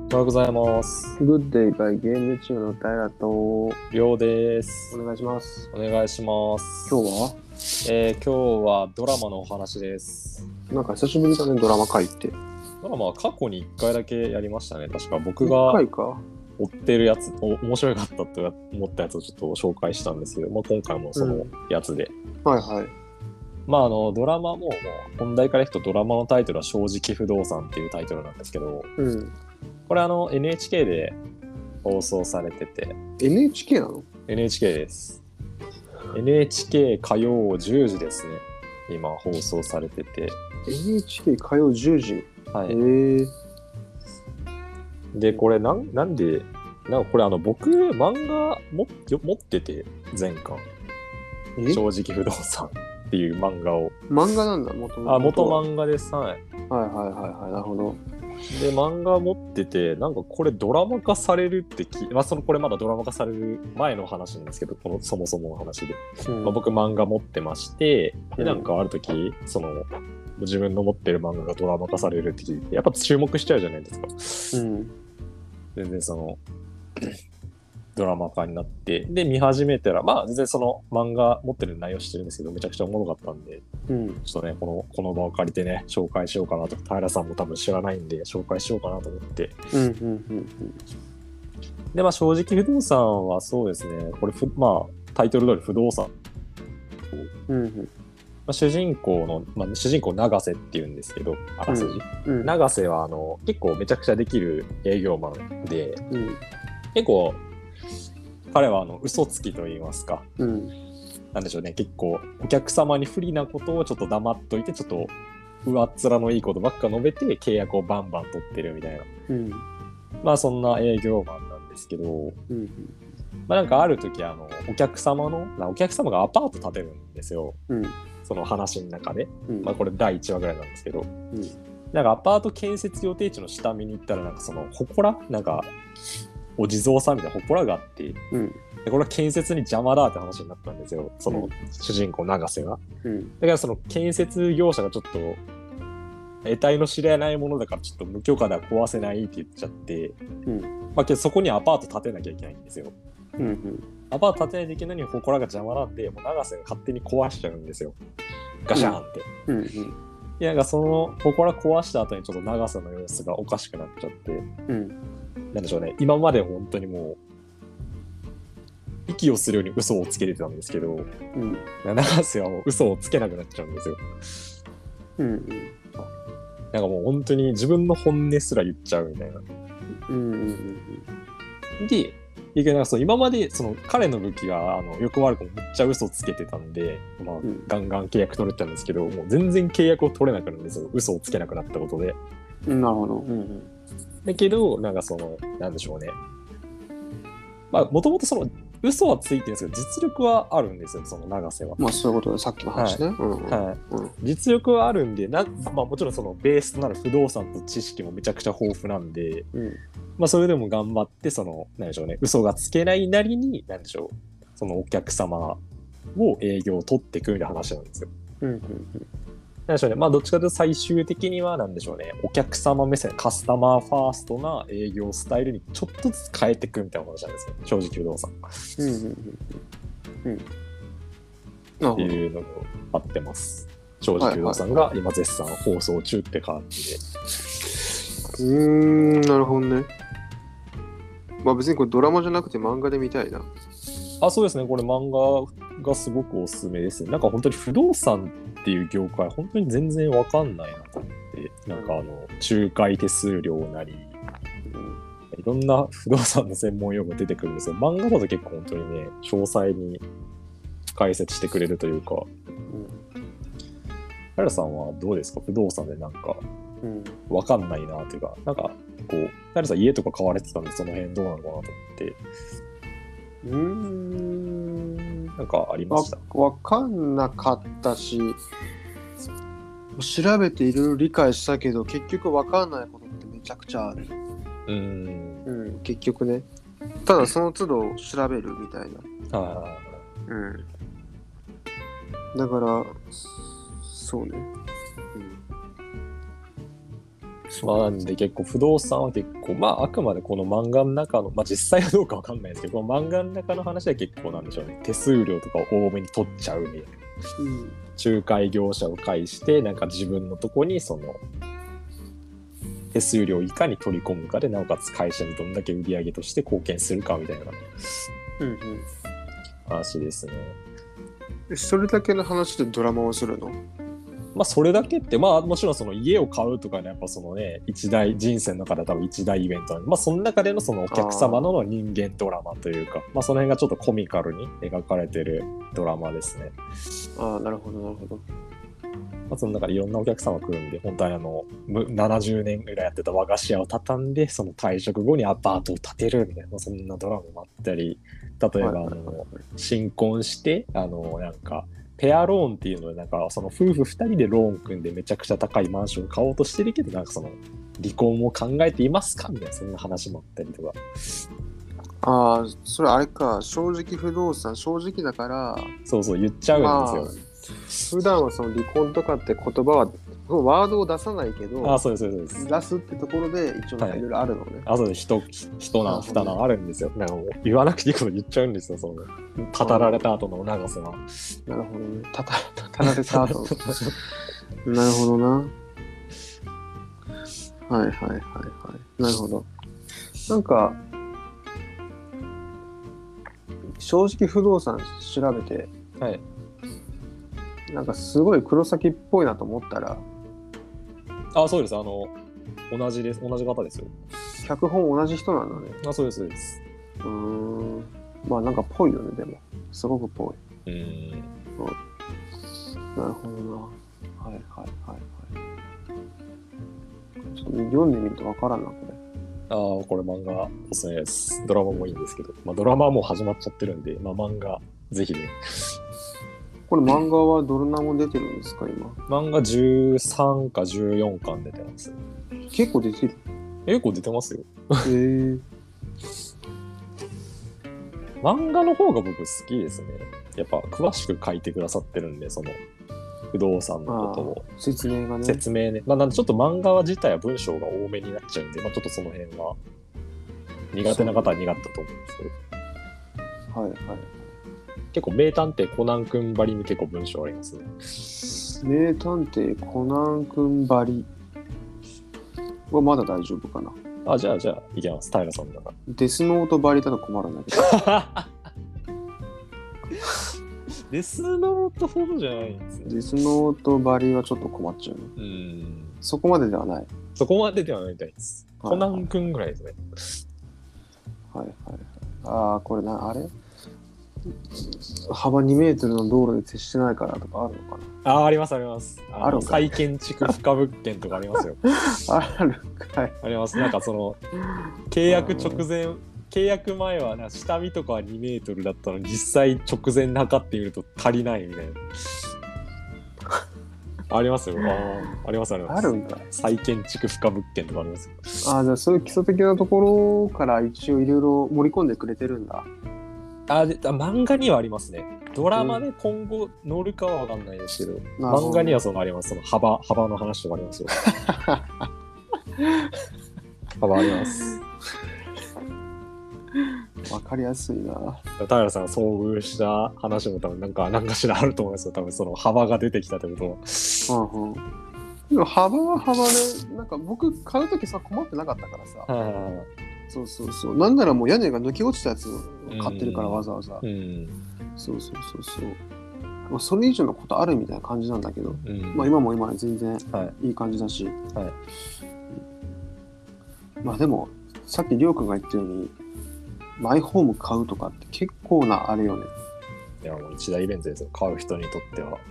おはようございます。 グッデイバイゲームチームの平とりょうです。 お願いします。 お願いします。 今日は今日はドラマのお話です。 なんか久しぶりだね、ドラマ会って。 ドラマは過去に1回だけやりましたね。確か僕 1 が回か。 追ってるやつ、面白かったと思ったやつをちょっと紹介したんですけど、今回もそのやつで。 はいはい。 ドラマも本題からいくとドラマのタイトルは正直不動産っていうタイトルなんですけど、これNHK で放送されてて。 NHK なの？ NHK です。NHK 火曜10時ですね。今放送されてて。 NHK 火曜10時。 はい。で、これなんで、これ僕漫画持ってて、前巻。正直不動産っていう漫画を。 漫画なんだ、元漫画です。はい。 はい、なるほど。 で、漫画持ってて、これドラマ化されるってこれまだドラマ化される前の話なんですけど、そもそもの話で。僕漫画持ってまして、で、ある時、自分の持ってる漫画がドラマ化されるって聞いて、やっぱ注目しちゃうじゃないですか。全然ドラマ化になって、で、見始めたら、全然その漫画持ってる内容してるんですけど、めちゃくちゃおもろかったんで、ちょっとね、この場を借りてね、紹介しようかなと。平さんも多分知らないんで、紹介しようかなと思って。で、正直不動産はそうですね、これタイトル通り不動産。主人公永瀬っていうんですけど、あらすじ。永瀬は結構めちゃくちゃできる営業マンで、結構彼は嘘つきと言いますか、なんでしょうね、結構お客様に不利なことをちょっと黙っといて、ちょっと上っ面のいいことばっか述べて契約をバンバン取ってるみたいな、そんな営業マンなんですけど、ある時お客様がアパート建てるんですよ、その話の中で、これ第1話ぐらいなんですけど、アパート建設予定地の下見に行ったら祠お地蔵さんみたいな祠があって、でこれは建設に邪魔だって話になったんですよ、その主人公永瀬が。だからその建設業者がちょっと得体の知れないものだからちょっと無許可では壊せないって言っちゃって、けどそこにアパート建てなきゃいけないんですよ。アパート建てないといけないのに祠が邪魔なんで、もう永瀬が勝手に壊しちゃうんですよ、ガシャーンって。いや、その祠壊した後にちょっと永瀬の様子がおかしくなっちゃって、なんでしょうね、今まで本当にもう息をするように嘘をつけてたんですけど、永瀬はもう嘘をつけなくなっちゃうんですよ。もう本当に自分の本音すら言っちゃうみたいな。で、今まで彼の武器がよく悪くもめっちゃ嘘をつけてたんで、ガンガン契約取れたんですけど、もう全然契約を取れなくなるんですよ、嘘をつけなくなったことで。 なるほど。 だけどなんでしょうね、もともと嘘はついてるんですけど実力はあるんですよ、その永瀬は。 そういうことで、さっきの話ね。 実力はあるんでもちろんそのベースとなる不動産と知識もめちゃくちゃ豊富なんで、それでも頑張ってなんでしょうね、嘘がつけないなりになんでしょう、そのお客様を営業を取っていくみたいな話なんですよ。なんでしょうね、どっちかというと最終的にはなんでしょうね、お客様目線、カスタマーファーストな営業スタイルにちょっとずつ変えていくみたいな話なんですよ、正直不動産。っていうのをあってます。正直不動産が今絶賛放送中って感じで。なるほどね。別にこれドラマじゃなくて漫画で見たいな。 そうですね、これ漫画がすごくおすすめですね。本当に不動産っていう業界本当に全然わかんないなと思って、仲介手数料なり、いろんな不動産の専門用語出てくるんですよ。漫画だと結構本当にね、詳細に解説してくれるというか。平さんはどうですか、不動産でわかんないなというか、平さん家とか買われてたんで、その辺どうなのかなと思って。ありました？ わかんなかったし、調べていろいろ理解したけど、結局わかんないことってめちゃくちゃある。結局ね。ただその都度調べるみたいな。だからそうね。 まあなんで結構不動産は結構まああくまでこの漫画の中のまあ実際はどうかわかんないですけど、この漫画の中の話は結構なんでしょうね、手数料とかを多めに取っちゃうみたいな、仲介業者を介してなんか自分のとこにその手数料をいかに取り込むかで、なおかつ会社にどんだけ売り上げとして貢献するかみたいな話ですね。 それだけの話でドラマをするの？ まあそれだけってまあもちろんその家を買うとかね、やっぱそのね一大人生の中で多分一大イベントなんで、まあその中でのそのお客様の人間ドラマというか、まあその辺がちょっとコミカルに描かれてるドラマですね。 ああ、なるほどなるほど。 まあ、その中でいろんなお客様来るんで、本当に70年ぐらいやってた和菓子屋を畳んで、その退職後にアパートを建てるみたいな、そんなドラマもあったり、例えば新婚してなんかペアローンっていうので、なんかその夫婦2人でローン組んでめちゃくちゃ高いマンションを買おうとしてるけど、なんかその離婚を考えていますかみたいな、そんな話もあったりとか。 ああ、それあれか、正直不動産、正直だから、 そうそう言っちゃうんですよ。 普段はその離婚とかって言葉はワードを出さないけど、 そうです出すってところで一応なんかいろいろあるのね。 そうです。人なんふたなんあるんですよ。なんかもう言わなくていいこと言っちゃうんですよ。そのたたられた後の長瀬は。 なるほどね。たたられた後。なるほどな。はいはいはいはい。なるほど。なんか正直不動産調べて。 はい。 なんかすごい黒崎っぽいなと思ったら、 そうです。同じです。同じ方ですよ。 脚本同じ人なんだね。 そうですそうです。 まあなんかぽいよね、でもすごくぽい。なるほどな。はいはいはいはい。ちょっと読んでみるとわからんなこれ。 これ漫画おすすめです。ドラマもいいんですけど、まあドラマはもう始まっちゃってるんで、まあ漫画ぜひね。 これ漫画はどんなもん出てるんですか今？ 漫画13か14巻出てます。 結構出てる？ 結構出てますよ。漫画の方が僕好きですね。やっぱ詳しく書いてくださってるんで、その不動産のことを。 説明がね。 説明ね。まあなんでちょっと漫画自体は文章が多めになっちゃうんで、まあちょっとその辺は苦手な方は苦手だと思うんですけど。はいはい。結構名探偵コナン君ばりに結構文章ありますね。 名探偵コナン君ばりはまだ大丈夫かな。 じゃあいけます。平さんだから。 デスノートばりだと困るんだけど。 デスノートほどじゃないんですね。 デスノートばりはちょっと困っちゃう。そこまでではない。 そこまでではないみたいです。コナン君ぐらいですね。はいはい。これあれ幅2メートルの道路で接してないからとかあるのかな。ありますあります。ある再建築不可物件とかありますよ。 あるかい。 あります。なんかその契約直前、契約前は下見とかは2メートルだったのに、実際直前に測ってみると足りないみたいな。ありますよ。ありますあります。 あるんか。 再建築不可物件とかありますよ。 じゃあそういう基礎的なところから一応いろいろ盛り込んでくれてるんだ。 漫画にはありますね。ドラマで今後乗るかは分かんないですけど、漫画にはそのあります。その幅の話とかありますよ。幅あります。 わかりやすいな。 平さん遭遇した話も多分なんかしらあると思いますよ。多分その幅が出てきたってことは。 でも幅は幅で、なんか僕買うときさ困ってなかったからさ。そうそうそう。なんならもう屋根が抜け落ちたやつを買ってるから、わざわざ。そう。まあ、それ以上のことあるみたいな感じなんだけど、まあ今も全然いい感じだし。まあでも、さっきりょうくんが言ったように、マイホーム買うとかって結構なあれよね。 いや、もう一大イベントですよ。買う人にとっては。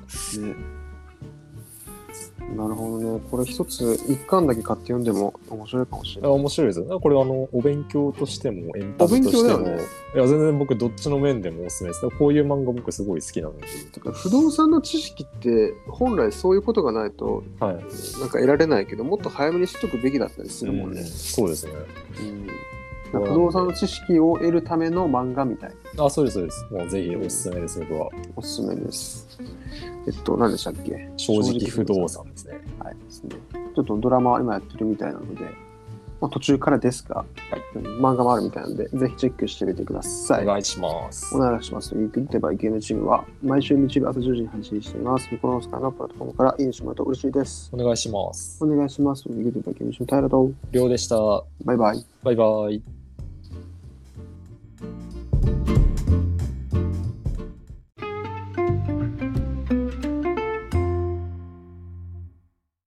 なるほどね。これ一巻だけ買って読んでも面白いかもしれない。 面白いですよ。これお勉強としてもエンタメとしても、ね、いや全然僕どっちの面でもおすすめです。こういう漫画僕すごい好きなので。 不動産の知識って本来そういうことがないと、なんか得られないけど、もっと早めに知っとくべきだったりするもんね。 そうですね。 不動産の知識を得るための漫画みたい。 そうですそうです。もうぜひおすすめです。僕はおすすめです。何でしたっけ？ 正直不動産ですね。 はいですね。 ちょっとドラマは今やってるみたいなので、まあ、途中からですが、漫画もあるみたいなので、ぜひチェックしてみてください。 お願いします。 お願いします。ゆくてばゲームチームは毎週日曜日朝10時に配信しています。ニコノスからのプラットフォームからいいねしてもらうと嬉しいです。 お願いします。 お願いします。ゆくてばゲームチーム、平とりょうでした。 バイバイ。 バイバイ。